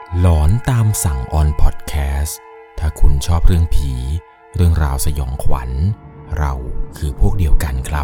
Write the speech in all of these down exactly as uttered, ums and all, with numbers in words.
หลอนตามสั่งออนพอดแคสต์ถ้าคุณชอบเรื่องผีเรื่องราวสยองขวัญเราคือพวกเดียวกันครับ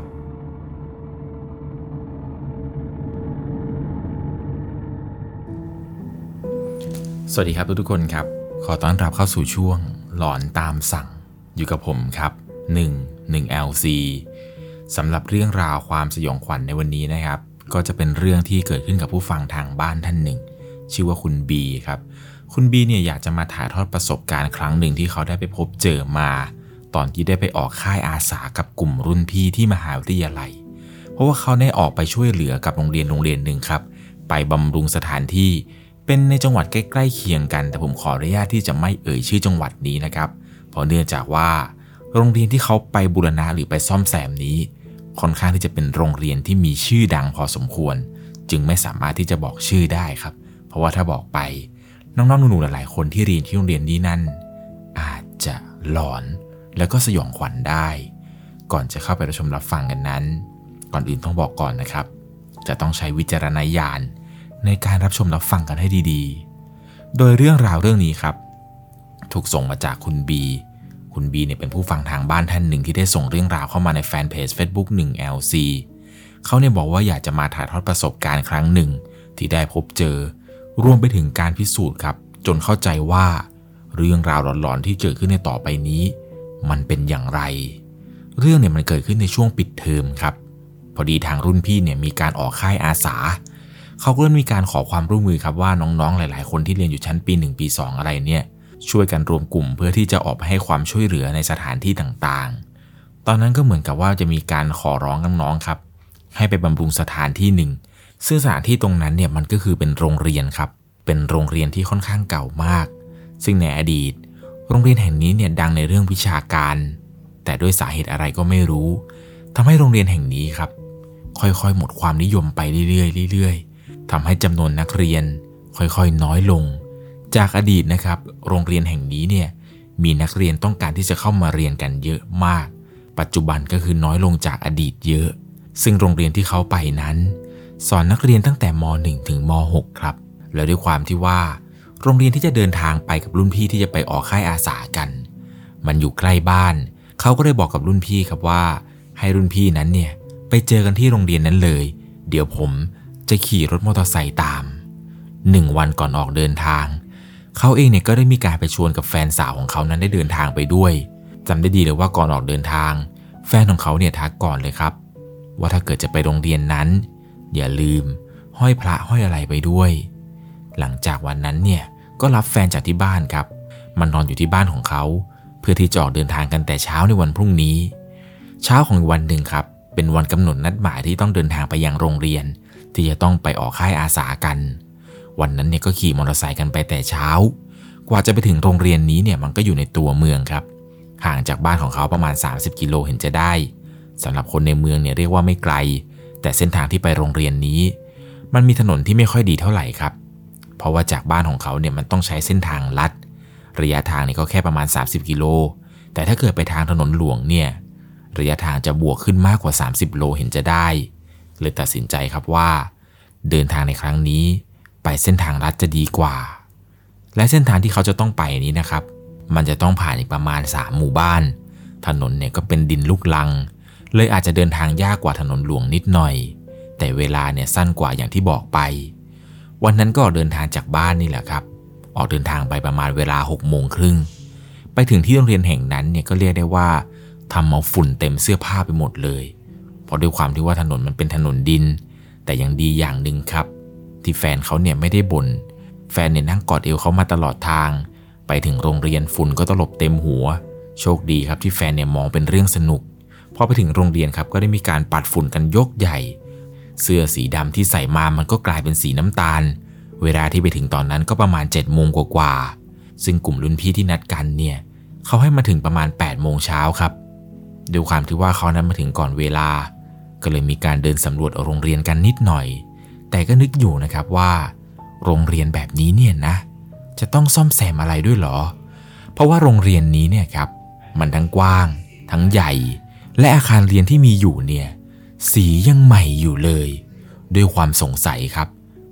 สวัสดีครับทุกๆคนครับขอต้อนรับเข้าสู่ช่วงหลอนตามสั่งอยู่กับผมครับหนึ่ง หนึ่ง แอล ซี สำหรับเรื่องราวความสยองขวัญในวันนี้นะครับก็จะเป็นเรื่องที่เกิดขึ้นกับผู้ฟังทางบ้านท่านหนึ่งชื่อว่าคุณบีครับคุณบีเนี่ยอยากจะมาถ่ายทอดประสบการณ์ครั้งหนึ่งที่เขาได้ไปพบเจอมาตอนที่ได้ไปออกค่ายอาสากับกลุ่มรุ่นพี่ที่มหาวิทยาลัยเพราะว่าเขาได้ออกไปช่วยเหลือกับโรงเรียนโรงเรียนหนึ่งครับไปบำรุงสถานที่เป็นในจังหวัดใกล้ๆเคียงกันแต่ผมขออนุญาตที่จะไม่เอ่ยชื่อจังหวัดนี้นะครับเพราะเนื่องจากว่าโรงเรียนที่เขาไปบูรณะหรือไปซ่อมแซมนี้ค่อนข้างที่จะเป็นโรงเรียนที่มีชื่อดังพอสมควรจึงไม่สามารถที่จะบอกชื่อได้ครับเพราะว่าถ้าบอกไปน้องๆหนูๆหลายๆคนที่เรียนที่โรงเรียนนี้นั่นอาจจะหลอนแล้วก็สยองขวัญได้ก่อนจะเข้าไปรับชมรับฟังกันนั้นก่อนอื่นต้องบอกก่อนนะครับจะต้องใช้วิจารณญาณในการรับชมรับฟังกันให้ดีๆโดยเรื่องราวเรื่องนี้ครับถูกส่งมาจากคุณบีคุณบีเนี่ยเป็นผู้ฟังทางบ้านท่านหนึ่งที่ได้ส่งเรื่องราวเข้ามาในแฟนเพจ Facebook หนึ่ง แอล ซี เขาเนี่ยบอกว่าอยากจะมาถ่ายทอดประสบการณ์ครั้งหนึ่งที่ได้พบเจอรวมไปถึงการพิสูจน์ครับจนเข้าใจว่าเรื่องราวหลอนๆที่เกิดขึ้นในต่อไปนี้มันเป็นอย่างไรเรื่องเนี่ยมันเกิดขึ้นในช่วงปิดเทอมครับพอดีทางรุ่นพี่เนี่ยมีการออกค่ายอาสาเขาก็เลยมีการขอความร่วมมือครับว่าน้องๆหลายๆคนที่เรียนอยู่ชั้นปีหนึ่งปีสองอะไรเนี่ยช่วยกันรวมกลุ่มเพื่อที่จะออกไปให้ความช่วยเหลือในสถานที่ต่างๆตอนนั้นก็เหมือนกับว่าจะมีการขอร้องน้องๆครับให้ไปบำรุงสถานที่หนึ่งซึ่งสถานที่ตรงนั้นเนี่ยมันก็คือเป็นโรงเรียนครับเป็นโรงเรียนที่ค่อนข้างเก่ามากซึ่งในอดีตโรงเรียนแห่งนี้เนี่ยดังในเรื่องวิชาการแต่ด้วยสาเหตุอะไรก็ไม่รู้ทำให้โรงเรียนแห่งนี้ครับค่อยๆหมดความนิยมไปเรื่อยๆเรื่อยๆทำให้จำนวนนักเรียนค่อยๆน้อยลงจากอดีตนะครับโรงเรียนแห่งนี้เนี่ยมีนักเรียนต้องการที่จะเข้ามาเรียนกันเยอะมากปัจจุบันก็คือน้อยลงจากอดีตเยอะซึ่งโรงเรียนที่เขาไปนั้นสอนนักเรียนตั้งแต่ม หนึ่ง ถึงม หก ครับแล้วด้วยความที่ว่าโรงเรียนที่จะเดินทางไปกับรุ่นพี่ที่จะไปออกค่ายอาสากันมันอยู่ใกล้บ้านเขาก็ได้บอกกับรุ่นพี่ครับว่าให้รุ่นพี่นั้นเนี่ยไปเจอกันที่โรงเรียนนั้นเลยเดี๋ยวผมจะขี่รถมอเตอร์ไซค์ตามหนึ่งวันก่อนออกเดินทางเขาเองเนี่ยก็ได้มีการไปชวนกับแฟนสาวของเขานั้นได้เดินทางไปด้วยจำได้ดีเลยว่าก่อนออกเดินทางแฟนของเขาเนี่ยทักก่อนเลยครับว่าถ้าเกิดจะไปโรงเรียนนั้นอย่าลืมห้อยพระห้อยอะไรไปด้วยหลังจากวันนั้นเนี่ยก็รับแฟนจากที่บ้านครับมันนอนอยู่ที่บ้านของเขาเพื่อที่จะออกเดินทางกันแต่เช้าในวันพรุ่งนี้เช้าของอีกวันหนึ่งครับเป็นวันกำหนดนัดหมายที่ต้องเดินทางไปยังโรงเรียนที่จะต้องไปออกค่ายอาสากันวันนั้นเนี่ยก็ขี่มอเตอร์ไซค์กันไปแต่เช้ากว่าจะไปถึงโรงเรียนนี้เนี่ยมันก็อยู่ในตัวเมืองครับห่างจากบ้านของเขาประมาณสามสิบกิโลเห็นจะได้สำหรับคนในเมืองเนี่ยเรียกว่าไม่ไกลแต่เส้นทางที่ไปโรงเรียนนี้มันมีถนนที่ไม่ค่อยดีเท่าไหร่ครับเพราะว่าจากบ้านของเขาเนี่ยมันต้องใช้เส้นทางลัดระยะทางนี่ก็แค่ประมาณสามสิบกิโลแต่ถ้าเกิดไปทางถนนหลวงเนี่ยระยะทางจะบวกขึ้นมากกว่าสามสิบโลเห็นจะได้เลยตัดสินใจครับว่าเดินทางในครั้งนี้ไปเส้นทางลัดจะดีกว่าและเส้นทางที่เขาจะต้องไปนี้นะครับมันจะต้องผ่านอีกประมาณสามหมู่บ้านถนนเนี่ยก็เป็นดินลูกรังเลยอาจจะเดินทางยากกว่าถนนหลวงนิดหน่อยแต่เวลาเนี่ยสั้นกว่าอย่างที่บอกไปวันนั้นก็ออกเดินทางจากบ้านนี่แหละครับออกเดินทางไปประมาณเวลาหกโมงครึ่งไปถึงที่โรงเรียนแห่งนั้นเนี่ยก็เรียกได้ว่าทำเอาฝุ่นเต็มเสื้อผ้าไปหมดเลยเพราะด้วยความที่ว่าถนนมันเป็นถนนดินแต่ยังดีอย่างหนึ่งครับที่แฟนเขาเนี่ยไม่ได้บ่นแฟนเนี่ยนั่งกอดเอวเขามาตลอดทางไปถึงโรงเรียนฝุ่นก็ตลบเต็มหัวโชคดีครับที่แฟนเนี่ยมองเป็นเรื่องสนุกพอไปถึงโรงเรียนครับก็ได้มีการปัดฝุ่นกันยกใหญ่เสื้อสีดำที่ใส่มามันก็กลายเป็นสีน้ำตาลเวลาที่ไปถึงตอนนั้นก็ประมาณเจ็ดโมงกว่าๆซึ่งกลุ่มรุ่นพี่ที่นัดกันเนี่ยเขาให้มาถึงประมาณแปดโมงเช้าครับด้วยความที่ว่าเขานั้นมาถึงก่อนเวลาก็เลยมีการเดินสำรวจโรงเรียนกันนิดหน่อยแต่ก็นึกอยู่นะครับว่าโรงเรียนแบบนี้เนี่ยนะจะต้องซ่อมแซมอะไรด้วยหรอเพราะว่าโรงเรียนนี้เนี่ยครับมันทั้งกว้างทั้งใหญ่และอาคารเรียนที่มีอยู่เนี่ยสียังใหม่อยู่เลยด้วยความสงสัยครับ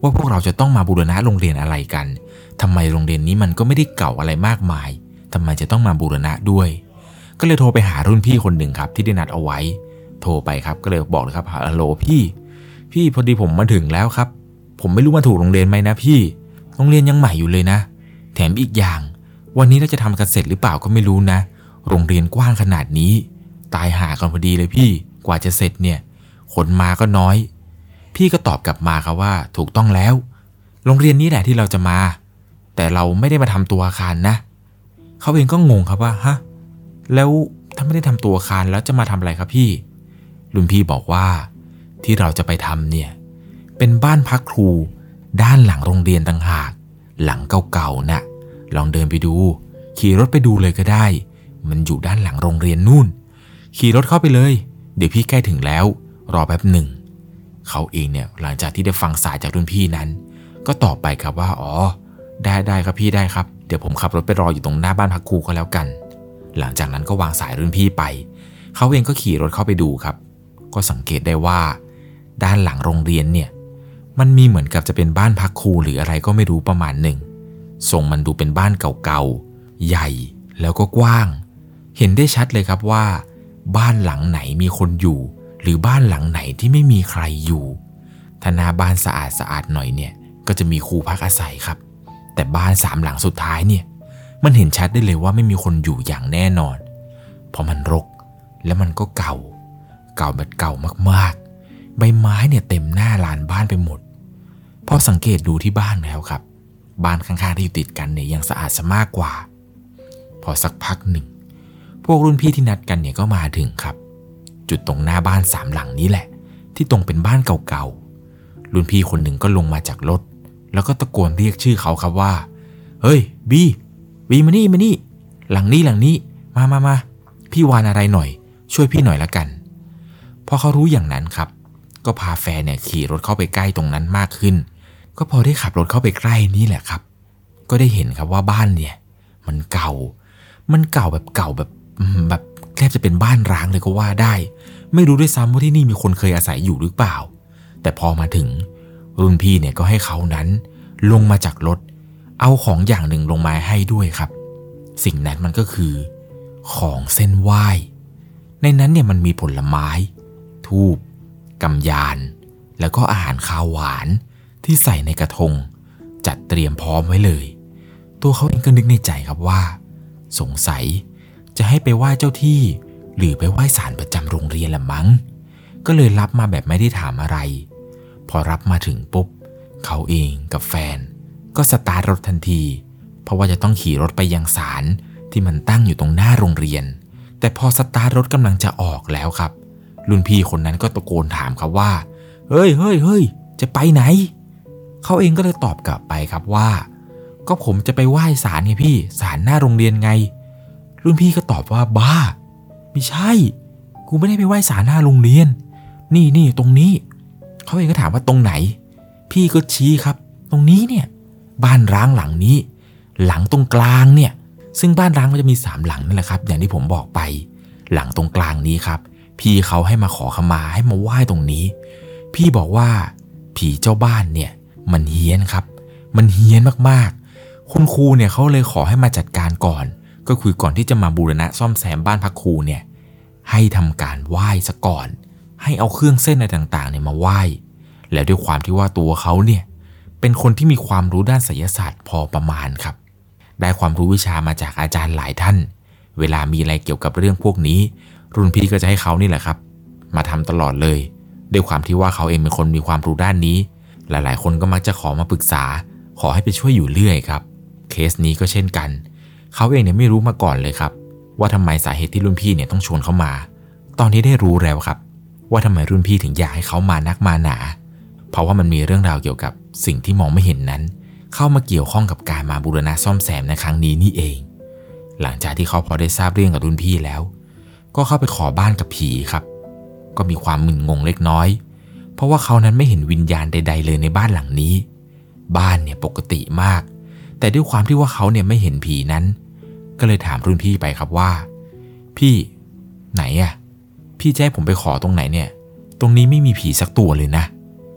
ว่าพวกเราจะต้องมาบูรณะโรงเรียนอะไรกันทำไมโรงเรียนนี้มันก็ไม่ได้เก่าอะไรมากมายทำไมจะต้องมาบูรณะด้วยก็เลยโทรไปหารุ่นพี่คนหนึ่งครับที่ได้นัดเอาไว้โทรไปครับก็เลยบอกเลยครับฮัลโหลพี่พี่พอดีผมมาถึงแล้วครับผมไม่รู้มาถูกโรงเรียนไหมนะพี่โรงเรียนยังใหม่อยู่เลยนะแถมอีกอย่างวันนี้เราจะทำกันเสร็จหรือเปล่าก็ไม่รู้นะโรงเรียนกว้างขนาดนี้ตายห่ากันพอดีเลยพี่กว่าจะเสร็จเนี่ยคนมาก็น้อยพี่ก็ตอบกลับมาครับว่าถูกต้องแล้วโรงเรียนนี้แหละที่เราจะมาแต่เราไม่ได้มาทำตัวอาคารนะเขาเองก็งงครับว่าฮะแล้วถ้าไม่ได้ทำตัวอาคารแล้วจะมาทำอะไรครับพี่รุ่นพี่บอกว่าที่เราจะไปทำเนี่ยเป็นบ้านพักครูด้านหลังโรงเรียนต่างหากหลังเก่าๆน่ะลองเดินไปดูขี่รถไปดูเลยก็ได้มันอยู่ด้านหลังโรงเรียนนู่นขี่รถเข้าไปเลยเดี๋ยวพี่ใกล้ถึงแล้วรอแป๊บหนึ่งเขาเองเนี่ยหลังจากที่ได้ฟังสายจากรุ่นพี่นั้นก็ตอบไปครับว่าอ๋อได้ได้ครับพี่ได้ครับเดี๋ยวผมขับรถไปรออยู่ตรงหน้าบ้านพักครูก็แล้วกันหลังจากนั้นก็วางสายรุ่นพี่ไปเขาเองก็ขี่รถเข้าไปดูครับก็สังเกตได้ว่าด้านหลังโรงเรียนเนี่ยมันมีเหมือนกับจะเป็นบ้านพักครูหรืออะไรก็ไม่รู้ประมาณหนึ่งทรงมันดูเป็นบ้านเก่าๆใหญ่แล้วก็กว้างเห็นได้ชัดเลยครับว่าบ้านหลังไหนมีคนอยู่หรือบ้านหลังไหนที่ไม่มีใครอยู่ถ้าหน้าบ้านสะอาดสะอาดหน่อยเนี่ยก็จะมีครูพักอาศัยครับแต่บ้านสามหลังสุดท้ายเนี่ยมันเห็นชัดได้เลยว่าไม่มีคนอยู่อย่างแน่นอนเพราะมันรกและมันก็เก่าเก่าแบบเก่ามากๆใบไม้เนี่ยเต็มหน้าลานบ้านไปหมดพอสังเกตดูที่บ้านแล้วครับบ้านข้างๆที่อยู่ติดกันเนี่ยยังสะอาดซะมากกว่าพอสักพักหนึ่งพวกรุ่นพี่ที่นัดกันเนี่ยก็มาถึงครับจุดตรงหน้าบ้านสามหลังนี้แหละที่ตรงเป็นบ้านเก่าๆรุ่นพี่คนหนึ่งก็ลงมาจากรถแล้วก็ตะโกนเรียกชื่อเขาครับว่าเฮ้ยบีบีมานี่มานี่หลังนี้หลังนี้มามามาพี่วานอะไรหน่อยช่วยพี่หน่อยละกันพอเขารู้อย่างนั้นครับก็พาแฟนเนี่ยขี่รถเข้าไปใกล้ตรงนั้นมากขึ้นก็พอได้ขับรถเข้าไปใกล้นี่แหละครับก็ได้เห็นครับว่าบ้านเนี่ยมันเก่ามันเก่าแบบเก่าแบบแบบแทบจะเป็นบ้านร้างเลยก็ว่าได้ไม่รู้ด้วยซ้ำว่าที่นี่มีคนเคยอาศัยอยู่หรือเปล่าแต่พอมาถึงรุ่นพี่เนี่ยก็ให้เขานั้นลงมาจากรถเอาของอย่างหนึ่งลงมาให้ด้วยครับสิ่งนั้นมันก็คือของเส้นไหว้ในนั้นเนี่ยมันมีผลไม้ธูปกำยานแล้วก็อาหารคาวหวานที่ใส่ในกระทงจัดเตรียมพร้อมไว้เลยตัวเขาเองก็นึกในใจครับว่าสงสัยจะให้ไปไหว้เจ้าที่หรือไปไหว้ศาลประจำโรงเรียนละมั้งก็เลยรับมาแบบไม่ได้ถามอะไรพอรับมาถึงปุ๊บเขาเองกับแฟนก็สตาร์ทรถทันทีเพราะว่าจะต้องขี่รถไปยังศาลที่มันตั้งอยู่ตรงหน้าโรงเรียนแต่พอสตาร์ทรถกำลังจะออกแล้วครับรุ่นพี่คนนั้นก็ตะโกนถามครับว่าเฮ้ยเฮ้ยเฮ้ยจะไปไหนเขาเองก็เลยตอบกลับไปครับว่าก็ผมจะไปไหว้ศาลไงพี่ศาลหน้าโรงเรียนไงรุ่นพี่ก็ตอบว่าบ้าไม่ใช่กูไม่ได้ไปไหว้ศาลหน้าโรงเรียนนี่นี่ตรงนี้เขาเองก็ถามว่าตรงไหนพี่ก็ชี้ครับตรงนี้เนี่ยบ้านร้างหลังนี้หลังตรงกลางเนี่ยซึ่งบ้านร้างมันจะมีสามหลังนั่นแหละครับอย่างที่ผมบอกไปหลังตรงกลางนี้ครับพี่เขาให้มาขอขมาให้มาไหว้ตรงนี้พี่บอกว่าผีเจ้าบ้านเนี่ยมันเฮี้ยนครับมันเฮี้ยนมากๆคุณครูเนี่ยเขาเลยขอให้มาจัดการก่อนก็คือก่อนที่จะมาบูรณะซ่อมแซมบ้านพักครูเนี่ยให้ทำการไหว้ซะก่อนให้เอาเครื่องเส้นอะไรต่างๆเนี่ยมาไหว้แล้วด้วยความที่ว่าตัวเขาเนี่ยเป็นคนที่มีความรู้ด้านไสยศาสตร์พอประมาณครับได้ความรู้วิชามาจากอาจารย์หลายท่านเวลามีอะไรเกี่ยวกับเรื่องพวกนี้รุ่นพี่ก็จะให้เขานี่แหละครับมาทำตลอดเลยด้วยความที่ว่าเขาเองเป็นคนมีความรู้ด้านนี้หลายๆคนก็มักจะขอมาปรึกษาขอให้ไปช่วยอยู่เรื่อยครับเคสนี้ก็เช่นกันเขาเองเนี่ยไม่รู้มาก่อนเลยครับว่าทำไมสาเหตุที่รุ่นพี่เนี่ยต้องชวนเขามาตอนนี้ได้รู้แล้วครับว่าทำไมรุ่นพี่ถึงอยากให้เขามานักมาหนาเพราะว่ามันมีเรื่องราวเกี่ยวกับสิ่งที่มองไม่เห็นนั้นเข้ามาเกี่ยวข้องกับการมาบูรณะซ่อมแซมในครั้งนี้นี่เองหลังจากที่เขาพอได้ทราบเรื่องกับรุ่นพี่แล้วก็เข้าไปขอบ้านกับผีครับก็มีความมึนงงเล็กน้อยเพราะว่าเขานั้นไม่เห็นวิญญาณใดๆเลยในบ้านหลังนี้บ้านเนี่ยปกติมากแต่ด้วยความที่ว่าเขาเนี่ยไม่เห็นผีนั้นก็เลยถามรุ่นพี่ไปครับว่าพี่ไหนอะพี่จะให้ผมไปขอตรงไหนเนี่ยตรงนี้ไม่มีผีสักตัวเลยนะ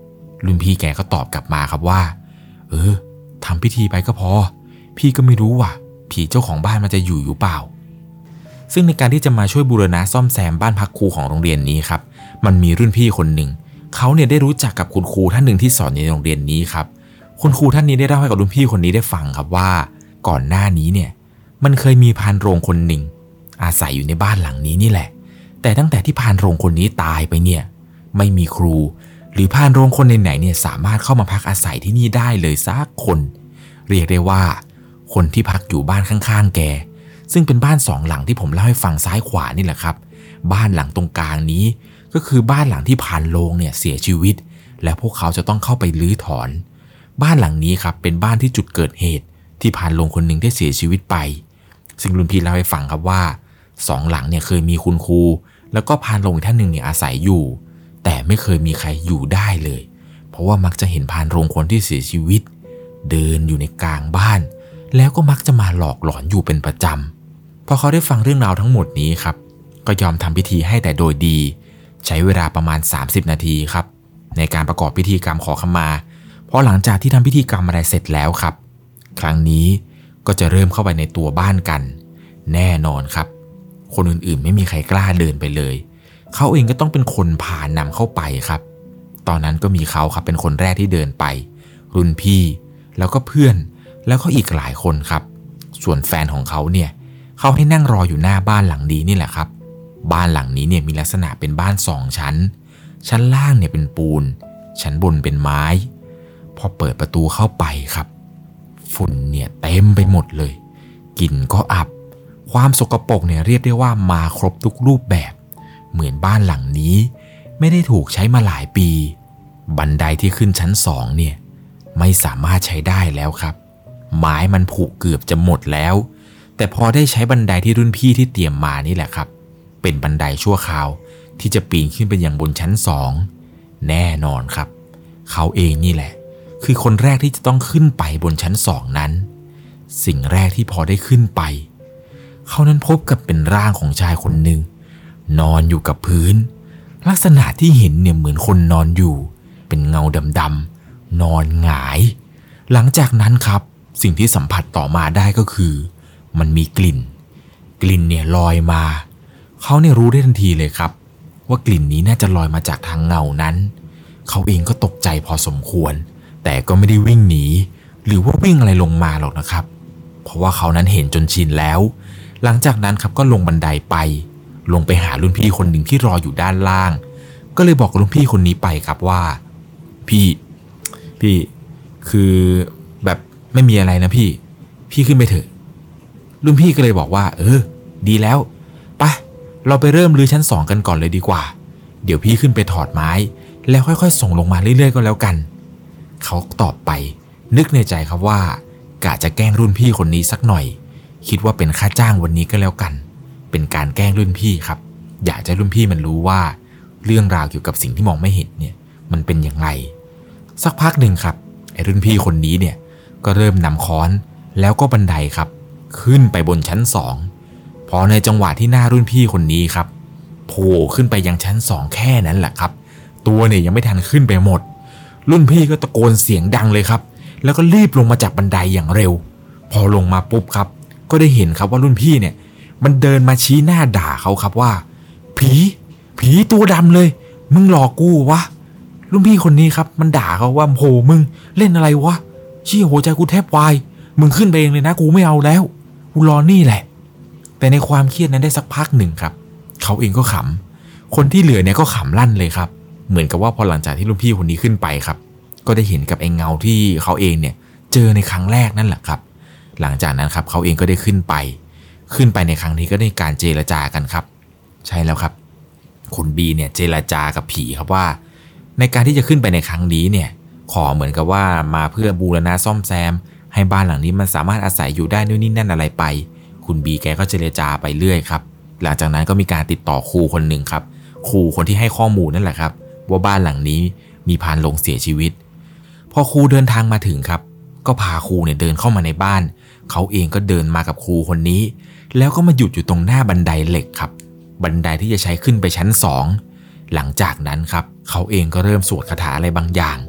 รุ่นพี่แกก็ตอบกลับมาครับว่าเออทำพิธีไปก็พอพี่ก็ไม่รู้ว่าผีเจ้าของบ้านมันจะอยู่อยู่เปล่าซึ่งในการที่จะมาช่วยบูรณะซ่อมแซมบ้านพักครูของโรงเรียนนี้ครับมันมีรุ่นพี่คนหนึ่งเขาเนี่ยได้รู้จักกับคุณครูท่านหนึ่งที่สอนในโรงเรียนนี้ครับคุณครูท่านนี้ได้เล่าให้กับรุ่นพี่คนนี้ได้ฟังครับว่าก่อนหน้านี้เนี่ยมันเคยมีพานโรงคนหนึ่งอาศัยอยู่ในบ้านหลังนี้นี่แหละแต่ตั้งแต่ที่พานโรงคนนี้ตายไปเนี่ยไม่มีครูหรือพานโรงคนไหนๆเนี่ยสามารถเข้ามาพักอาศัยที่นี่ได้เลยสักคนเรียกได้ว่าคนที่พักอยู่บ้านข้างๆแกซึ่งเป็นบ้านสองหลังที่ผมเล่าให้ฟังซ้ายขวานี่แหละครับบ้านหลังตรงกลางนี้ก็คือบ้านหลังที่พานโรงเนี่ยเสียชีวิตและพวกเขาจะต้องเข้าไปรื้อถอนบ้านหลังนี้ครับเป็นบ้านที่จุดเกิดเหตุที่พานโรงคนหนึ่งได้เสียชีวิตไปซึ่งรุ่นพี่เล่าให้ฟังครับว่าสองหลังเนี่ยเคยมีคุณครูแล้วก็พานโรงอีกท่านหนึ่งเนี่ยอาศัยอยู่แต่ไม่เคยมีใครอยู่ได้เลยเพราะว่ามักจะเห็นพานโรงคนที่เสียชีวิตเดินอยู่ในกลางบ้านแล้วก็มักจะมาหลอกหลอนอยู่เป็นประจำพอเขาได้ฟังเรื่องราวทั้งหมดนี้ครับก็ยอมทำพิธีให้แต่โดยดีใช้เวลาประมาณสามสิบนาทีครับในการประกอบพิธีกรรมขอขมาพอหลังจากที่ทำพิธีกรรมอะไรเสร็จแล้วครับครั้งนี้ก็จะเริ่มเข้าไปในตัวบ้านกันแน่นอนครับคนอื่นๆไม่มีใครกล้าเดินไปเลยเขาเองก็ต้องเป็นคนพานำเข้าไปครับตอนนั้นก็มีเขาครับเป็นคนแรกที่เดินไปรุ่นพี่แล้วก็เพื่อนแล้วก็อีกหลายคนครับส่วนแฟนของเขาเนี่ยเขาให้นั่งรออยู่หน้าบ้านหลังนี้นี่แหละครับบ้านหลังนี้เนี่ยมีลักษณะเป็นบ้านสองชั้นชั้นล่างเนี่ยเป็นปูนชั้นบนเป็นไม้พอเปิดประตูเข้าไปครับฝุ่นเนี่ยเต็มไปหมดเลยกลิ่นก็อับความสกปรกเนี่ยเรียกได้ว่ามาครบทุกรูปแบบเหมือนบ้านหลังนี้ไม่ได้ถูกใช้มาหลายปีบันไดที่ขึ้นชั้นสองเนี่ยไม่สามารถใช้ได้แล้วครับไม้มันผุเกือบจะหมดแล้วแต่พอได้ใช้บันไดที่รุ่นพี่ที่เตรียมมานี่แหละครับเป็นบันไดชั่วคราวที่จะปีนขึ้นไปยังบนชั้นสองแน่นอนครับเขาเองนี่แหละคือคนแรกที่จะต้องขึ้นไปบนชั้นสองนั้นสิ่งแรกที่พอได้ขึ้นไปเขานั้นพบกับเป็นร่างของชายคนหนึ่งนอนอยู่กับพื้นลักษณะที่เห็นเนี่ยเหมือนคนนอนอยู่เป็นเงาดำๆนอนหงายหลังจากนั้นครับสิ่งที่สัมผัสต่อมาได้ก็คือมันมีกลิ่นกลิ่นเนี่ยลอยมาเขาเนี่ยรู้ได้ทันทีเลยครับว่ากลิ่นนี้น่าจะลอยมาจากทางเงานั้นเขาเองก็ตกใจพอสมควรแต่ก็ไม่ได้วิ่งหนีหรือว่าวิ่งอะไรลงมาหรอกนะครับเพราะว่าเขานั้นเห็นจนชินแล้วหลังจากนั้นครับก็ลงบันไดไปลงไปหารุ่นพี่คนหนึ่งที่รออยู่ด้านล่างก็เลยบอกรุ่นพี่คนนี้ไปครับว่าพี่พี่คือแบบไม่มีอะไรนะพี่พี่ขึ้นไปเถอะรุ่นพี่ก็เลยบอกว่าเออดีแล้วไปเราไปเริ่มรื้อชั้นสองกันก่อนเลยดีกว่าเดี๋ยวพี่ขึ้นไปถอดไม้แล้วค่อยๆส่งลงมาเรื่อยๆก็แล้วกันเขาตอบไปนึกในใจครับว่ากะจะแกล้งรุ่นพี่คนนี้สักหน่อยคิดว่าเป็นค่าจ้างวันนี้ก็แล้วกันเป็นการแกล้งรุ่นพี่ครับอยากจะรุ่นพี่มันรู้ว่าเรื่องราวเกี่ยวกับสิ่งที่มองไม่เห็นเนี่ยมันเป็นอย่างไรสักพักหนึ่งครับไอ้รุ่นพี่คนนี้เนี่ยก็เริ่มนำค้อนแล้วก็บันไดครับขึ้นไปบนชั้นสองพอในจังหวะที่หน้ารุ่นพี่คนนี้ครับโผล่ขึ้นไปยังชั้นสองแค่นั้นแหละครับตัวเนี่ยยังไม่ทันขึ้นไปหมดรุ่นพี่ก็ตะโกนเสียงดังเลยครับแล้วก็รีบลงมาจากบันไดอย่างเร็วพอลงมาปุ๊บครับก็ได้เห็นครับว่ารุ่นพี่เนี่ยมันเดินมาชี้หน้าด่าเขาครับว่าผีผีตัวดำเลยมึงหลอกกูวะรุ่นพี่คนนี้ครับมันด่าเขาว่าโหมึงเล่นอะไรวะเชี่ยหัวใจกูแทบวายมึงขึ้นไปเองเลยนะกูไม่เอาแล้วกูรอนี่แหละแต่ในความเครียดนั้นได้สักพักหนึ่งครับเขาเองก็ขำคนที่เหลือเนี่ยก็ขำลั่นเลยครับเหมือนกับว่าพอหลังจากที่รุ่นพี่คนนี้ขึ้นไปครับก็ได้เห็นกับไอ้เงาที่เขาเองเนี่ยเจอในครั้งแรกนั่นแหละครับหลังจากนั้นครับเขาเองก็ได้ขึ้นไปขึ้นไปในครั้งนี้ก็ได้การเจรจากันครับใช่แล้วครับคุณบีเนี่ยเจรจากับผีครับว่าในการที่จะขึ้นไปในครั้งนี้เนี่ยขอเหมือนกับว่ามาเพื่อบูรณะซ่อมแซมให้บ้านหลังนี้มันสามารถอาศัยอยู่ได้นู่นนี่นั่นอะไรไปคุณบีแกก็เจรจาไปเรื่อยครับหลังจากนั้นก็มีการติดต่อครูคนหนึ่งครับครูคนที่ให้ข้อมูลนั่นแหละครับว่าบ้านหลังนี้มีพานโรงเสียชีวิตพอครูเดินทางมาถึงครับก็พาครูเนี่ยเดินเข้ามาในบ้านเขาเองก็เดินมากับครูคนนี้แล้วก็มาหยุดอยู่ตรงหน้าบันไดเหล็กครับบันไดที่จะใช้ขึ้นไปชั้นสองหลังจากนั้นครับเขาเองก็เริ่มสวดคาถาอะไรบางอย่าง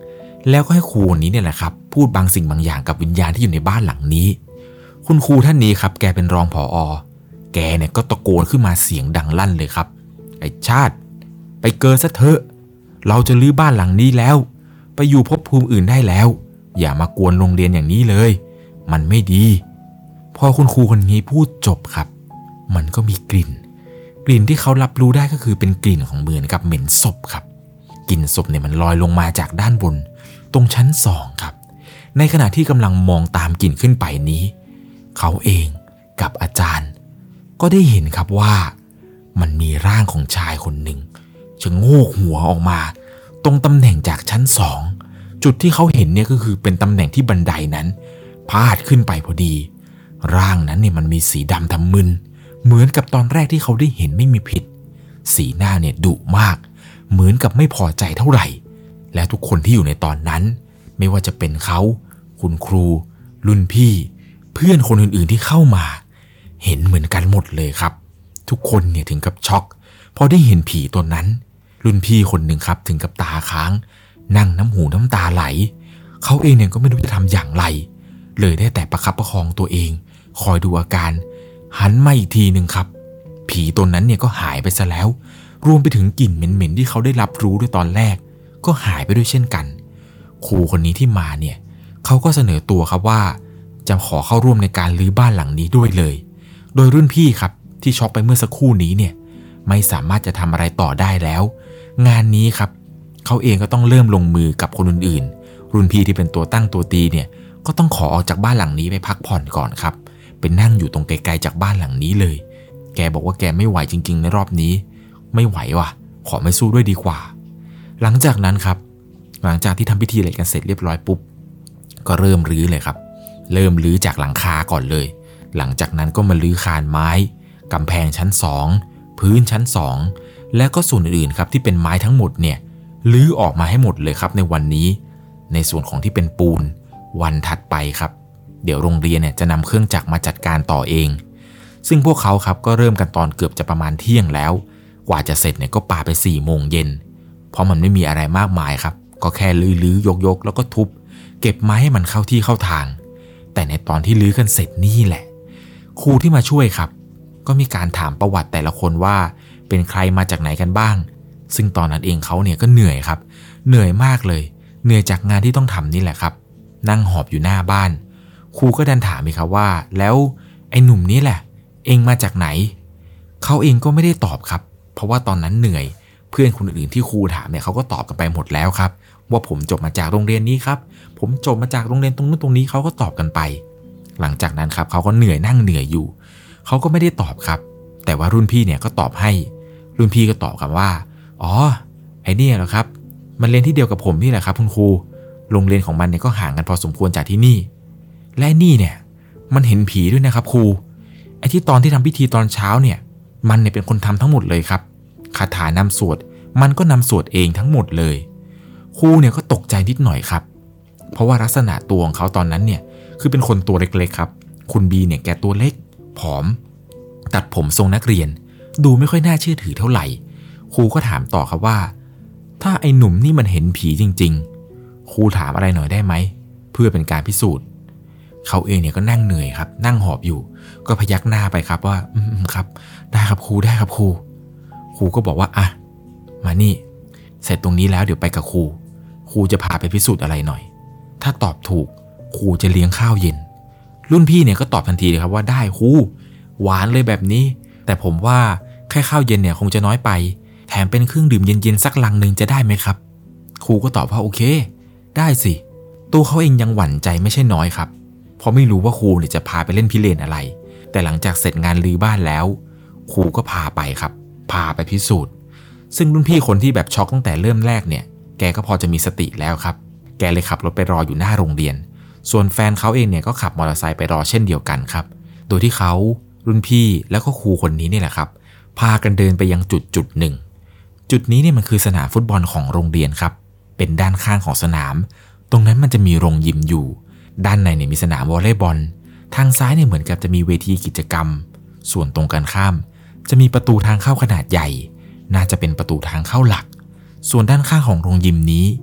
แล้วก็ให้ครูคนนี้เนี่ยแหละครับพูดบางสิ่งบางอย่างกับวิญญาณที่อยู่ในบ้านหลังนี้คุณครูท่านนี้ครับแกเป็นรองผอ.แกเนี่ยก็ตะโกนขึ้นมาเสียงดังลั่นเลยครับไอ้ชาติไปเกิดซะเถอะเราจะลื้อบ้านหลังนี้แล้วไปอยู่ภพภูมิอื่นได้แล้วอย่ามากวนโรงเรียนอย่างนี้เลยมันไม่ดีพอคุณครูคนนี้พูดจบครับมันก็มีกลิ่นกลิ่นที่เขารับรู้ได้ก็คือเป็นกลิ่นของเหมือนกับเหม็นศพครับกลิ่นศพเนี่ยมันลอยลงมาจากด้านบนตรงชั้นสองครับในขณะที่กำลังมองตามกลิ่นขึ้นไปนี้เขาเองกับอาจารย์ก็ได้เห็นครับว่ามันมีร่างของชายคนหนึ่งชะโงกหัวออกมาตรงตำแหน่งจากชั้นสองจุดที่เขาเห็นเนี่ยก็คือเป็นตำแหน่งที่บันไดนั้นพาดขึ้นไปพอดีร่างนั้นเนี่ยมันมีสีดำทำมึนเหมือนกับตอนแรกที่เขาได้เห็นไม่มีผิดสีหน้าเนี่ยดุมากเหมือนกับไม่พอใจเท่าไหร่และทุกคนที่อยู่ในตอนนั้นไม่ว่าจะเป็นเขาคุณครูรุ่นพี่เพื่อนคนอื่นๆที่เข้ามาเห็นเหมือนกันหมดเลยครับทุกคนเนี่ยถึงกับช็อกพอได้เห็นผีตัวนั้นรุ่นพี่คนหนึ่งครับถึงกับตาค้างนั่งน้ำหูน้ำตาไหลเขาเองเนี่ยก็ไม่รู้จะทำอย่างไรเลยได้แต่ประคับประคองตัวเองคอยดูอาการหันมาอีกทีหนึ่งครับผีตัวนั้นเนี่ยก็หายไปซะแล้วรวมไปถึงกลิ่นเหม็นๆที่เขาได้รับรู้ด้วยตอนแรกก็หายไปด้วยเช่นกันครูคนนี้ที่มาเนี่ยเขาก็เสนอตัวครับว่าจะขอเข้าร่วมในการรื้อบ้านหลังนี้ด้วยเลยโดยรุ่นพี่ครับที่ช็อกไปเมื่อสักครู่นี้เนี่ยไม่สามารถจะทำอะไรต่อได้แล้วงานนี้ครับเขาเองก็ต้องเริ่มลงมือกับคนอื่นๆรุ่นพี่ที่เป็นตัวตั้งตัวตีเนี่ยก็ต้องขอออกจากบ้านหลังนี้ไปพักผ่อนก่อนครับเป็นนั่งอยู่ตรงไกลๆจากบ้านหลังนี้เลยแกบอกว่าแกไม่ไหวจริงๆในรอบนี้ไม่ไหวว่ะขอไม่สู้ด้วยดีกว่าหลังจากนั้นครับหลังจากที่ทำพิธีอะไรกันเสร็จเรียบร้อยปุ๊บก็เริ่มรื้อเลยครับเริ่มรื้อจากหลังคาก่อนเลยหลังจากนั้นก็มารื้อคานไม้กำแพงชั้นสองพื้นชั้นสองและก็ส่วนอื่นๆครับที่เป็นไม้ทั้งหมดเนี่ยรื้อออกมาให้หมดเลยครับในวันนี้ในส่วนของที่เป็นปูนวันถัดไปครับเดี๋ยวโรงเรียนเนี่ยจะนำเครื่องจักรมาจัดการต่อเองซึ่งพวกเขาครับก็เริ่มกันตอนเกือบจะประมาณเที่ยงแล้วกว่าจะเสร็จเนี่ยก็ปาไปสี่โมงเย็นเพราะมันไม่มีอะไรมากมายครับก็แค่ลื้อๆยกๆแล้วก็ทุบเก็บไม้ให้มันเข้าที่เข้าทางแต่ในตอนที่ลื้อกันเสร็จนี่แหละครูที่มาช่วยครับก็มีการถามประวัติแต่ละคนว่าเป็นใครมาจากไหนกันบ้างซึ่งตอนนั้นเองเขาเนี่ยก็เหนื่อยครับเหนื่อยมากเลยเหนื่อยจากงานที่ต้องทำนี่แหละครับนั่งหอบอยู่หน้าบ้านครูก็ดันถามอีกครับว่าแล้วไอ้หนุ่มนี้แหละเองมาจากไหนเขาเองก็ไม่ได้ตอบครับเพราะว่าตอนนั้นเหนื่อยเพื่อนคนอื่นที่ครูถามเนี่ยเขาก็ตอบกันไปหมดแล้วครับว่าผมจบมาจากโรงเรียนนี้ครับผมจบมาจากโรงเรียนตรงนู้นตรงนี้เขาก็ตอบกันไปหลังจากนั้นครับเขาก็เหนื่อยนั่งเหนื่อยอยู่เขาก็ไม่ได้ตอบครับแต่ว่ารุ่นพี่เนี่ยก็ตอบให้รุ่นพี่ก็ตอบกันว่าอ๋อไอ้นี่เหรอครับมันเรียนที่เดียวกับผมนี่แหละครับคุณครูโรงเรียนของมันเนี่ยก็ห่างกันพอสมควรจากที่นี่และนี่เนี่ยมันเห็นผีด้วยนะครับครูไอ้ที่ตอนที่ทำพิธีตอนเช้าเนี่ยมันเนี่ยเป็นคนทำทั้งหมดเลยครับคาถานำสวดมันก็นำสวดเองทั้งหมดเลยครูเนี่ยก็ตกใจนิดหน่อยครับเพราะว่าลักษณะตัวของเขาตอนนั้นเนี่ยคือเป็นคนตัวเล็กๆครับคุณบีเนี่ยแกตัวเล็กผอมตัดผมทรงนักเรียนดูไม่ค่อยน่าเชื่อถือเท่าไหร่ครูก็ถามต่อครับว่าถ้าไอ้หนุ่มนี่มันเห็นผีจริงๆครูถามอะไรหน่อยได้ไหมเพื่อเป็นการพิสูจน์เขาเองเนี่ยก็นั่งเหนื่อยครับนั่งหอบอยู่ก็พยักหน้าไปครับว่าอืมครับได้ครับครูได้ครับครูครูก็บอกว่าอ่ะมานี่เสร็จตรงนี้แล้วเดี๋ยวไปกับครูครูจะพาไปพิสูจน์อะไรหน่อยถ้าตอบถูกครูจะเลี้ยงข้าวเย็นรุ่นพี่เนี่ยก็ตอบทันทีเลยครับว่าได้ครูหวานเลยแบบนี้แต่ผมว่าแค่ข้าวเย็นเนี่ยคงจะน้อยไปแถมเป็นเครื่องดื่มเย็นๆสักลังหนึ่งจะได้ไหมครับครูก็ตอบว่าโอเคได้สิตัวเขาเองยังหวั่นใจไม่ใช่น้อยครับเพราะไม่รู้ว่าครูเนี่ยจะพาไปเล่นพิเรนอะไรแต่หลังจากเสร็จงานรื้อบ้านแล้วครูก็พาไปครับพาไปพิสูจน์ซึ่งรุ่นพี่คนที่แบบช็อกตั้งแต่เริ่มแรกเนี่ยแกก็พอจะมีสติแล้วครับแกเลยขับรถไปรออยู่หน้าโรงเรียนส่วนแฟนเขาเองเนี่ยก็ขับมอเตอร์ไซค์ไปรอเช่นเดียวกันครับโดยที่เขารุ่นพี่แล้วก็ครูคนนี้นี่แหละครับพากันเดินไปยังจุดจุดหนึ่งจุดนี้เนี่ยมันคือสนามฟุตบอลของโรงเรียนครับเป็นด้านข้างของสนามตรงนั้นมันจะมีโรงยิมอยู่ด้านในเนี่ยมีสนามวอลเลย์บอลทางซ้ายเนี่ยเหมือนกับจะมีเวทีกิจกรรมส่วนตรงกันข้ามจะมีประตูทางเข้าขนาดใหญ่น่าจะเป็นประตูทางเข้าหลักส่วนด้านข้างของโรงยิมนี้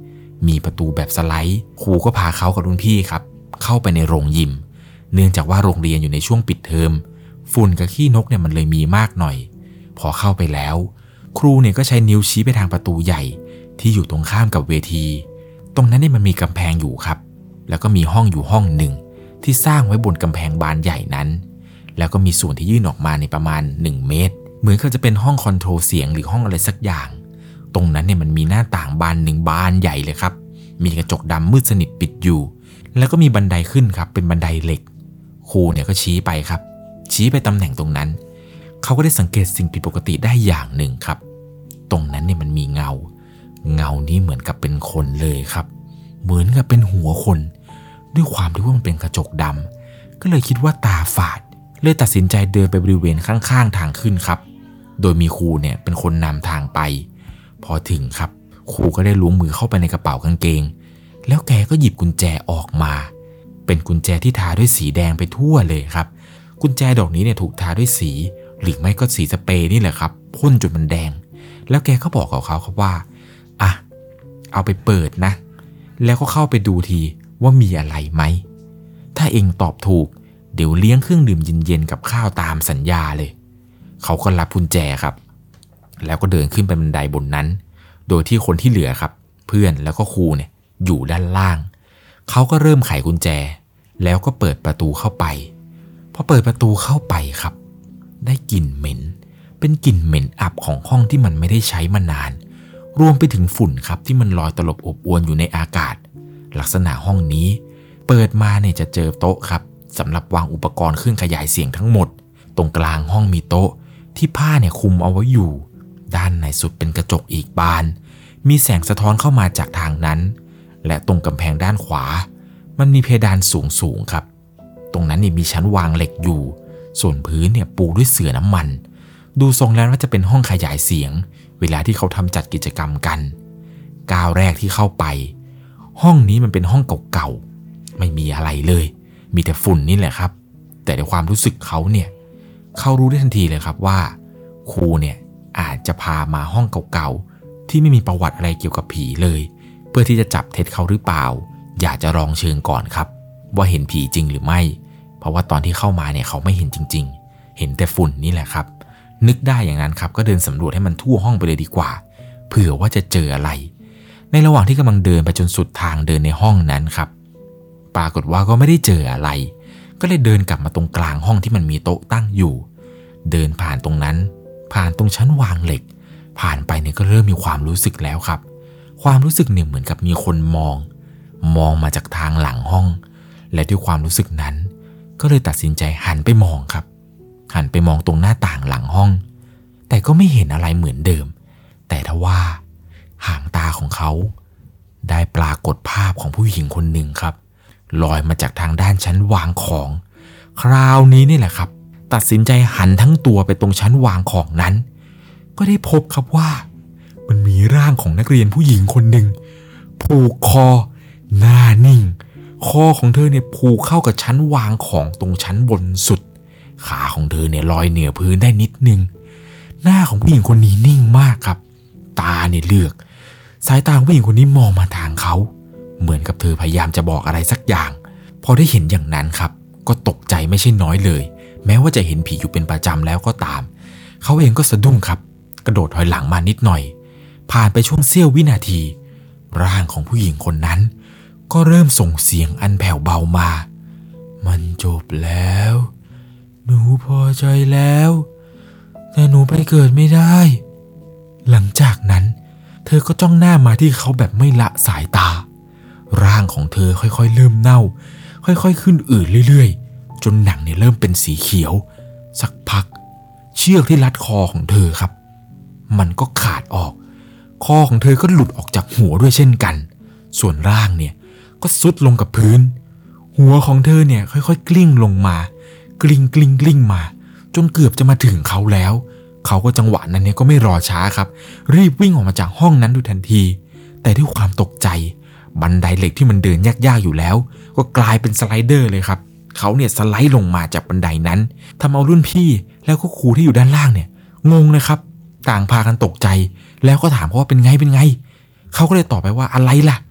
มีประตูแบบสไลด์ครูก็พาเขากับรุ่นพี่ครับเข้าไปในโรงยิมเนื่องจากว่าโรงเรียนอยู่ในช่วงปิดเทอมฝุ่นกับขี้นกเนี่ยมันเลยมีมากหน่อยพอเข้าไปแล้วครูเนี่ยก็ใช้นิ้วชี้ไปทางประตูใหญ่ที่อยู่ตรงข้ามกับเวทีตรงนั้นเนี่ยมันมีกำแพงอยู่ครับแล้วก็มีห้องอยู่ห้องหนึ่งที่สร้างไว้บนกำแพงบานใหญ่นั้นแล้วก็มีส่วนที่ยื่นออกมาในประมาณหนึ่งเมตรเหมือนกับจะเป็นห้องคอนโทรลเสียงหรือห้องอะไรสักอย่างตรงนั้นเนี่ยมันมีหน้าต่างบานหนึ่งบานใหญ่เลยครับมีกระจกดำมืดสนิทปิดอยู่แล้วก็มีบันไดขึ้นครับเป็นบันไดเหล็กครูเนี่ยก็ชี้ไปครับชี้ไปตำแหน่งตรงนั้นเขาก็ได้สังเกตสิ่งผิดปกติได้อย่างหนึ่งครับตรงนั้นเนี่ยมันมีเงาเงานี้เหมือนกับเป็นคนเลยครับเหมือนกับเป็นหัวคนด้วยความที่ว่ามันเป็นกระจกดำก็เลยคิดว่าตาฝาดเลยตัดสินใจเดินไปบริเวณข้างๆทางขึ้นครับโดยมีครูเนี่ยเป็นคนนำทางไปพอถึงครับครูก็ได้ล้วงมือเข้าไปในกระเป๋ากางเกงแล้วแกก็หยิบกุญแจออกมาเป็นกุญแจที่ทาด้วยสีแดงไปทั่วเลยครับกุญแจดอกนี้เนี่ยถูกทาด้วยสีหรือไม่ก็สีสเปรย์นี่แหละครับพ่นจนมันแดงแล้วแกก็บอกกับเขาครับว่าอ่ะเอาไปเปิดนะแล้วก็เข้าไปดูทีว่ามีอะไรไหมถ้าเองตอบถูกเดี๋ยวเลี้ยงเครื่องดื่มเย็นๆกับข้าวตามสัญญาเลยเขาก็รับกุญแจครับแล้วก็เดินขึ้นไปบันไดบนนั้นโดยที่คนที่เหลือครับเพื่อนแล้วก็ครูเนี่ยอยู่ด้านล่างเขาก็เริ่มไขกุญแจแล้วก็เปิดประตูเข้าไปพอเปิดประตูเข้าไปครับได้กลิ่นเหม็นเป็นกลิ่นเหม็นอับของห้องที่มันไม่ได้ใช้มานานรวมไปถึงฝุ่นครับที่มันลอยตลบอบอวนอยู่ในอากาศลักษณะห้องนี้เปิดมาเนี่ยจะเจอโต๊ะครับสำหรับวางอุปกรณ์เครื่องขยายเสียงทั้งหมดตรงกลางห้องมีโต๊ะที่ผ้าเนี่ยคลุมเอาไว้อยู่ด้านในสุดเป็นกระจกอีกบานมีแสงสะท้อนเข้ามาจากทางนั้นและตรงกำแพงด้านขวามันมีเพดานสูงสูงครับตรงนั้นเนี่ยมีชั้นวางเหล็กอยู่ส่วนพื้นเนี่ยปูด้วยเสื่อน้ำมันดูทรงแล้วว่าจะเป็นห้องขยายเสียงเวลาที่เขาทำจัดกิจกรรมกันก้าวแรกที่เข้าไปห้องนี้มันเป็นห้องเก่าๆไม่มีอะไรเลยมีแต่ฝุ่นนี่แหละครับแต่ในความรู้สึกเขาเนี่ยเขารู้ได้ทันทีเลยครับว่าครูเนี่ยอาจจะพามาห้องเก่าๆที่ไม่มีประวัติอะไรเกี่ยวกับผีเลยเพื่อที่จะจับเท็จเขาหรือเปล่าอยากจะลองเชิงก่อนครับว่าเห็นผีจริงหรือไม่เพราะว่าตอนที่เข้ามาเนี่ยเขาไม่เห็นจริงๆเห็นแต่ฝุ่นนี่แหละครับนึกได้อย่างนั้นครับก็เดินสำรวจให้มันทั่วห้องไปเลยดีกว่าเผื่อว่าจะเจออะไรในระหว่างที่กำลังเดินไปจนสุดทางเดินในห้องนั้นครับปรากฏว่าก็ไม่ได้เจออะไรก็เลยเดินกลับมาตรงกลางห้องที่มันมีโต๊ะตั้งอยู่เดินผ่านตรงนั้นผ่านตรงชั้นวางเหล็กผ่านไปเนี่ยก็เริ่มมีความรู้สึกแล้วครับความรู้สึกเนี่ยเหมือนกับมีคนมองมองมาจากทางหลังห้องและด้วยความรู้สึกนั้นก็เลยตัดสินใจหันไปมองครับหันไปมองตรงหน้าต่างหลังห้องแต่ก็ไม่เห็นอะไรเหมือนเดิมแต่ทว่าหางตาของเขาได้ปรากฏภาพของผู้หญิงคนหนึ่งครับลอยมาจากทางด้านชั้นวางของคราวนี้นี่แหละครับตัดสินใจหันทั้งตัวไปตรงชั้นวางของนั้นก็ได้พบครับว่ามันมีร่างของนักเรียนผู้หญิงคนหนึ่งผูกคอหน้านิ่งคอของเธอเนี่ยผูกเข้ากับชั้นวางของตรงชั้นบนสุดขาของเธอเนี่ยลอยเหนือพื้นได้นิดนึงหน้าของผู้หญิงคนนี้นิ่งมากครับตาเนี่ยเลือกสายตาของผู้หญิงคนนี้มองมาทางเขาเหมือนกับเธอพยายามจะบอกอะไรสักอย่างพอได้เห็นอย่างนั้นครับก็ตกใจไม่ใช่น้อยเลยแม้ว่าจะเห็นผีอยู่เป็นประจำแล้วก็ตามเขาเองก็สะดุ้งครับกระโดดถอยหลังมานิดหน่อยผ่านไปช่วงเสี้ยววินาทีร่างของผู้หญิงคนนั้นก็เริ่มส่งเสียงอันแผ่วเบามามันจบแล้วหนูพอใจแล้วแต่หนูไปเกิดไม่ได้หลังจากนั้นเธอก็จ้องหน้ามาที่เขาแบบไม่ละสายตาร่างของเธอค่อยๆเริ่มเน่าค่อยๆขึ้นอืดเรื่อยๆจนหนังเนี่ยเริ่มเป็นสีเขียวสักพักเชือกที่รัดคอของเธอครับมันก็ขาดออกคอของเธอก็หลุดออกจากหัวด้วยเช่นกันส่วนร่างเนี่ยก็ซุดลงกับพื้นหัวของเธอเนี่ยค่อยๆกลิ้งลงมากลิ้งกลิ้งกลิ้งมาจนเกือบจะมาถึงเขาแล้วเขาก็จังหวะนั้นเนี่ยก็ไม่รอช้าครับรีบวิ่งออกมาจากห้องนั้นโดยทันทีแต่ด้วยความตกใจบันไดเหล็กที่มันเดินยากๆอยู่แล้วก็กลายเป็นสไลเดอร์เลยครับเขาเนี่ยสไลด์ลงมาจากบันไดนั้นทำเอารุ่นพี่แล้วก็ครูที่อยู่ด้านล่างเนี่ยงงเลยครับต่างพากันตกใจแล้วก็ถามเขาว่าเป็นไงเป็นไงเขาก็เลยตอบไปว่าอะไรล่ะ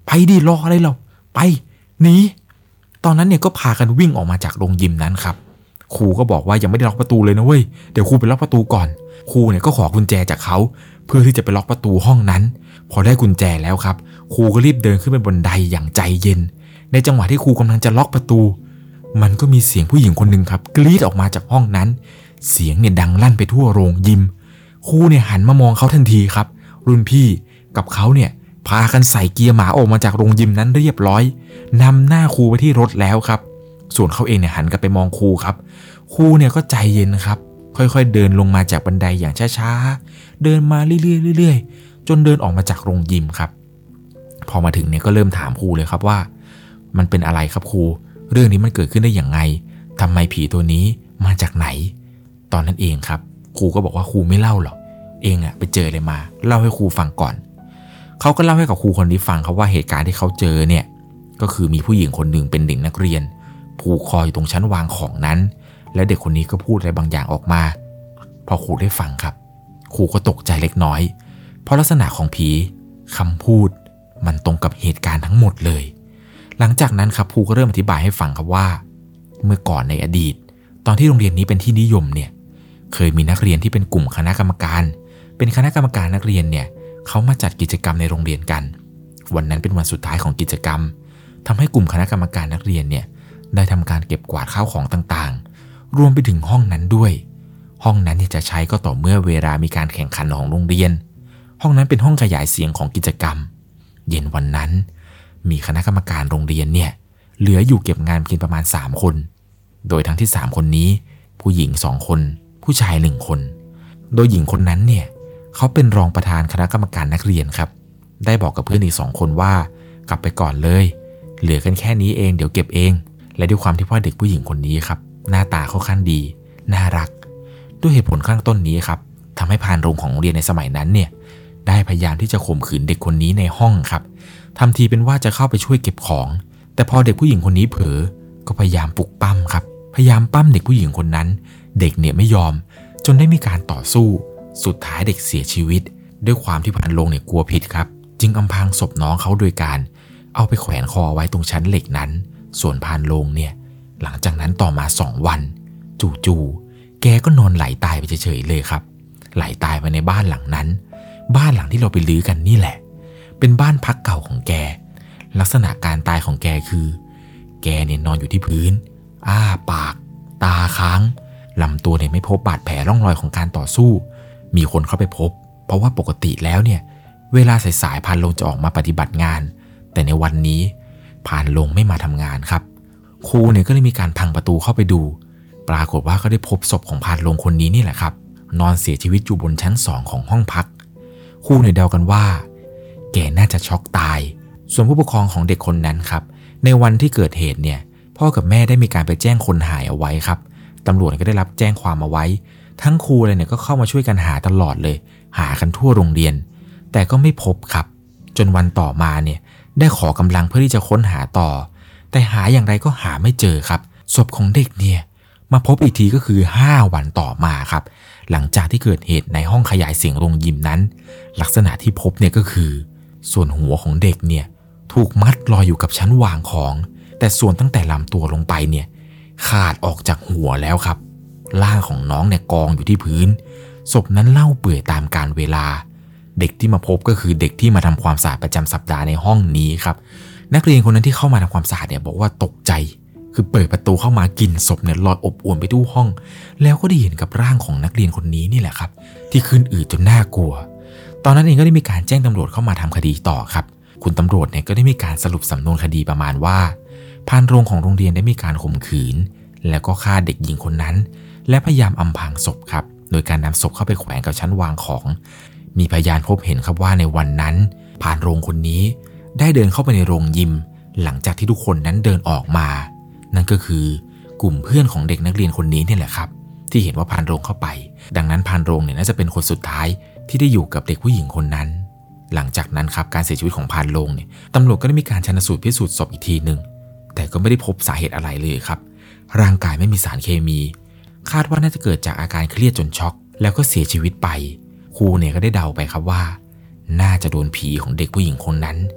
ไปดิรออะไรเราไปหนีตอนนั้นเนี่ยก็พากันวิ่งออกมาจากโรงยิมนั้นครับครูก็บอกว่ายังไม่ได้ล็อกประตูเลยนะเว้ยเดี๋ยวครูไปล็อกประตูก่อนครูเนี่ยก็ขอกุญแจจากเขาเพื่อที่จะไปล็อกประตูห้องนั้นพอได้กุญแจแล้วครับครูก็รีบเดินขึ้นไปบนไดอย่างใจเย็นในจังหวะที่ครูกำลังจะล็อกประตูมันก็มีเสียงผู้หญิงคนหนึ่งครับกรีดออกมาจากห้องนั้นเสียงเนี่ยดังลั่นไปทั่วโรงยิมครูเนี่ยหันมามองเขาทันทีครับรุ่นพี่กับเขาเนี่ยพากันใส่เกียร์หมาออกมาจากโรงยิมนั้นเรียบร้อยนำหน้าครูไปที่รถแล้วครับส่วนเขาเองเนี่ยหันกลับไปมองครูครับครูเนี่ยก็ใจเย็นครับค่อยๆเดินลงมาจากบันไดอย่างช้าๆเดินมาเรื่อยๆเรื่อยๆจนเดินออกมาจากโรงยิมครับพอมาถึงเนี่ยก็เริ่มถามครูเลยครับว่ามันเป็นอะไรครับครูเรื่องนี้มันเกิดขึ้นได้อย่างไรทำไมผีตัวนี้มาจากไหนตอนนั้นเองครับครูก็บอกว่าครูไม่เล่าหรอกเองอะไปเจออะไรมาเล่าให้ครูฟังก่อนเขาก็เล่าให้กับครูคนนี้ฟังครับว่าเหตุการณ์ที่เขาเจอเนี่ยก็คือมีผู้หญิงคนหนึ่งเป็นเด็กนักเรียนผูกคออยู่ตรงชั้นวางของนั้นและเด็กคนนี้ก็พูดอะไรบางอย่างออกมาพอครูได้ฟังครับครูก็ตกใจเล็กน้อยเพราะลักษณะของผีคำพูดมันตรงกับเหตุการณ์ทั้งหมดเลยหลังจากนั้นครับครูก็เริ่มอธิบายให้ฟังครับว่าเมื่อก่อนในอดีตตอนที่โรงเรียนนี้เป็นที่นิยมเนี่ยเคยมีนักเรียนที่เป็นกลุ่มคณะกรรมการเป็นคณะกรรมการนักเรียนเนี่ยเขามาจัดกิจกรรมในโรงเรียนกันวันนั้นเป็นวันสุดท้ายของกิจกรรมทำให้กลุ่มคณะกรรมการนักเรียนเนี่ยได้ทำการเก็บกวาดข้าวของต่างๆรวมไปถึงห้องนั้นด้วยห้องนั้นเนี่ยจะใช้ก็ต่อเมื่อเวลามีการแข่งขันของโรงเรียนห้องนั้นเป็นห้องขยายเสียงของกิจกรรมเย็นวันนั้นมีคณะกรรมการโรงเรียนเนี่ยเหลืออยู่เก็บงานเพียงประมาณสามคนโดยทั้งที่สามคนนี้ผู้หญิงสองคนผู้ชายหนึ่งคนโดยหญิงคนนั้นเนี่ยเขาเป็นรองประธานคณะกรรมการนักเรียนครับได้บอกกับเพื่อนอีกสองคนว่ากลับไปก่อนเลยเหลือกันแค่นี้เองเดี๋ยวเก็บเองและด้วยความที่ว่าเด็กผู้หญิงคนนี้ครับหน้าตาเขาค่อนดีน่ารักด้วยเหตุผลข้างต้นนี้ครับทำให้พานโรงของโรงเรียนในสมัยนั้นเนี่ยได้พยายามที่จะข่มขืนเด็กคนนี้ในห้องครับทำทีเป็นว่าจะเข้าไปช่วยเก็บของแต่พอเด็กผู้หญิงคนนี้เผลอก็พยายามปลุกปั้มครับพยายามปั้มเด็กผู้หญิงคนนั้นเด็กเนี่ยไม่ยอมจนได้มีการต่อสู้สุดท้ายเด็กเสียชีวิตด้วยความที่พานโรงเนี่ยกลัวผิดครับจึงอำพรางศพน้องเขาโดยการเอาไปแขวนคอไว้ตรงชั้นเหล็กนั้นส่วนพานโรงเนี่ยหลังจากนั้นต่อมาสองวันจู่ๆแกก็นอนไหลตายไปเฉยๆเลยครับไหลตายไปในบ้านหลังนั้นบ้านหลังที่เราไปลื้อกันนี่แหละเป็นบ้านพักเก่าของแกลักษณะการตายของแกคือแกเนี่ยนอนอยู่ที่พื้นอ้าปากตาค้างลำตัวเนี่ยไม่พบบาดแผลร่องรอยของการต่อสู้มีคนเข้าไปพบเพราะว่าปกติแล้วเนี่ยเวลาสายๆพานโรงจะออกมาปฏิบัติงานแต่ในวันนี้พานโรงไม่มาทำงานครับครูเนี่ยก็เลยมีการพังประตูเข้าไปดูปรากฏว่าก็ได้พบศพของพานโรงคนนี้นี่แหละครับนอนเสียชีวิตอยู่บนชั้นสองของห้องพักครูเนี่ยเดากันว่าแกน่าจะช็อกตายส่วนผู้ปกครองของเด็กคนนั้นครับในวันที่เกิดเหตุเนี่ยพ่อกับแม่ได้มีการไปแจ้งคนหายเอาไว้ครับตำรวจก็ได้รับแจ้งความเอาไว้ทั้งครูเลยเนี่ยก็เข้ามาช่วยกันหาตลอดเลยหากันทั่วโรงเรียนแต่ก็ไม่พบครับจนวันต่อมาเนี่ยได้ขอกำลังเพื่อที่จะค้นหาต่อแต่หาอย่างไรก็หาไม่เจอครับศพของเด็กเนี่ยมาพบอีกทีก็คือห้าวันต่อมาครับหลังจากที่เกิดเหตุในห้องขยายเสียงโรงยิมนั้นลักษณะที่พบเนี่ยก็คือส่วนหัวของเด็กเนี่ยถูกมัดลอยอยู่กับชั้นวางของแต่ส่วนตั้งแต่ลำตัวลงไปเนี่ยขาดออกจากหัวแล้วครับร่างของน้องเนี่ยกองอยู่ที่พื้นศพนั้นเล่าเปื่อยตามกาลเวลาเด็กที่มาพบก็คือเด็กที่มาทำความสะอาดประจำสัปดาห์ในห้องนี้ครับนักเรียนคนนั้นที่เข้ามาทำความสะอาดเนี่ยบอกว่าตกใจคือเปิดประตูเข้ามากลิ่นศพเนี่ยลอยอบอวลไปทั่วห้องแล้วก็ได้เห็นกับร่างของนักเรียนคนนี้นี่แหละครับที่ขึ้นอืดจนน่ากลัวตอนนั้นเองก็ได้มีการแจ้งตำรวจเข้ามาทำคดีต่อครับคุณตำรวจเนี่ยก็ได้มีการสรุปสำนวนคดีประมาณว่าพานโรงของโรงเรียนได้มีการข่มขืนแล้วก็ฆ่าเด็กหญิงคนนั้นและพยายามอำพรางศพครับโดยการนำศพเข้าไปแขวนกับชั้นวางของมีพยานพบเห็นครับว่าในวันนั้นพานโรงคนนี้ได้เดินเข้าไปในโรงยิมหลังจากที่ทุกคนนั้นเดินออกมานั่นก็คือกลุ่มเพื่อนของเด็กนักเรียนคนนี้นี่แหละครับที่เห็นว่าพานโรงเข้าไปดังนั้นพานโรงเนี่ยน่าจะเป็นคนสุดท้ายที่ได้อยู่กับเด็กผู้หญิงคนนั้นหลังจากนั้นครับการเสียชีวิตของพานโรงเนี่ยตำรวจก็ได้มีการชันสูตรพิสูจน์ศพอีกทีหนึ่งแต่ก็ไม่ได้พบสาเหตุอะไรเลยครับร่างกายไม่มีสารเคมีคาดว่าน่าจะเกิดจากอาการเครียดจนช็อกแล้วก็เสียชีวิตไปครูเนี่ยก็ได้เดาไปครับว่าน่าจะโดนผีของเด็กผู้หญิงคนนั้น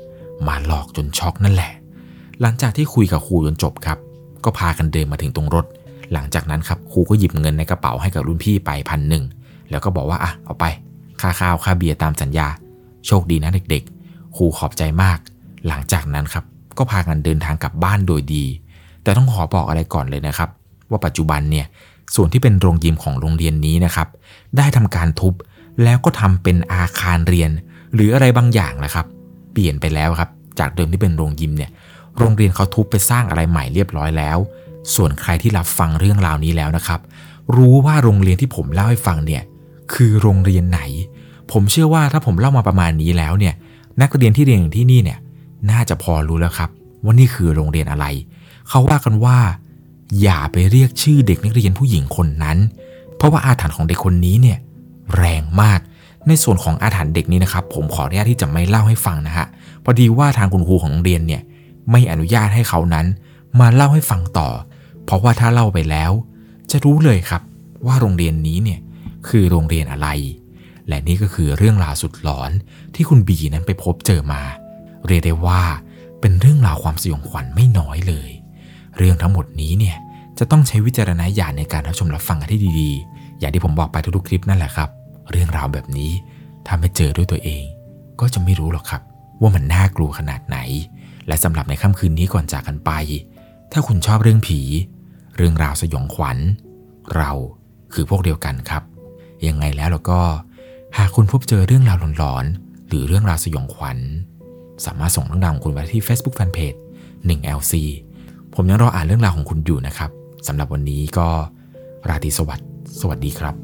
มาหลอกจนช็อกนั่นแหละหลังจากที่คุยกับครูจนจบครับก็พากันเดินมาถึงตรงรถหลังจากนั้นครับครูก็หยิบเงินในกระเป๋าให้กับรุ่นพี่ไปพันหนึ่งแล้วก็บอกว่าอ่ะเอาไปค่าข้าวค่าเบียร์ตามสัญญาโชคดีนะเด็กๆครูขอบใจมากหลังจากนั้นครับก็พากันเดินทางกลับบ้านโดยดีแต่ต้องขอบอกอะไรก่อนเลยนะครับว่าปัจจุบันเนี่ยส่วนที่เป็นโรงยิมของโรงเรียนนี้นะครับได้ทำการทุบแล้วก็ทำเป็นอาคารเรียนหรืออะไรบางอย่างนะครับเปลี่ยนไปแล้วครับจากเดิมที่เป็นโรงยิมเนี่ยโรงเรียนเขาทุบไปสร้างอะไรใหม่เรียบร้อยแล้วส่วนใครที่รับฟังเรื่องราวนี้แล้วนะครับรู้ว่าโรงเรียนที่ผมเล่าให้ฟังเนี่ยคือโรงเรียนไหนผมเชื่อว่าถ้าผมเล่ามาประมาณนี้แล้วเนี่ยนักเรียนที่เรียนอยู่ที่นี่เนี่ยน่าจะพอรู้แล้วครับว่านี่คือโรงเรียนอะไรเขาว่ากันว่าอย่าไปเรียกชื่อเด็กนักเรียนผู้หญิงคนนั้นเพราะว่าอาถรรพ์ของเด็กคนนี้เนี่ยแรงมากในส่วนของอาถรรพ์เด็กนี้นะครับผมขออนุญาตที่จะไม่เล่าให้ฟังนะฮะพอดีว่าทางคุณครูของโรงเรียนเนี่ยไม่อนุญาตให้เขานั้นมาเล่าให้ฟังต่อเพราะว่าถ้าเล่าไปแล้วจะรู้เลยครับว่าโรงเรียนนี้เนี่ยคือโรงเรียนอะไรและนี่ก็คือเรื่องราวสุดหลอนที่คุณบีนั้นไปพบเจอมาเรียกได้ว่าเป็นเรื่องราวความสยองขวัญไม่น้อยเลยเรื่องทั้งหมดนี้เนี่ยจะต้องใช้วิจารณญาณในการรับชมรับฟังกันที่ดีๆอย่างที่ผมบอกไปทุกๆคลิปนั่นแหละครับเรื่องราวแบบนี้ถ้าไม่เจอด้วยตัวเองก็จะไม่รู้หรอกครับว่ามันน่ากลัวขนาดไหนและสำหรับในค่ำคืนนี้ก่อนจากกันไปถ้าคุณชอบเรื่องผีเรื่องราวสยองขวัญเราคือพวกเดียวกันครับยังไงแล้วเราก็หากคุณพบเจอเรื่องราวหลอนๆหรือเรื่องราวสยองขวัญสามารถส่งเรื่องราวของคุณไปที่ Facebook Fanpage หนึ่ง แอล ซี ผมยังรออ่านเรื่องราวของคุณอยู่นะครับสำหรับวันนี้ก็ราตรีสวัสดิ์สวัสดีครับ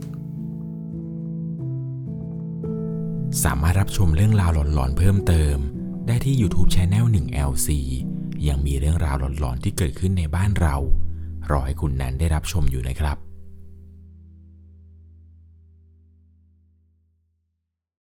สามารถรับชมเรื่องราวหลอนๆเพิ่มเติมได้ที่ YouTube Channel หนึ่ง แอล ซี ยังมีเรื่องราวหลอนๆที่เกิดขึ้นในบ้านเรารอให้คุณนั้นได้รับชมอยู่นะครับ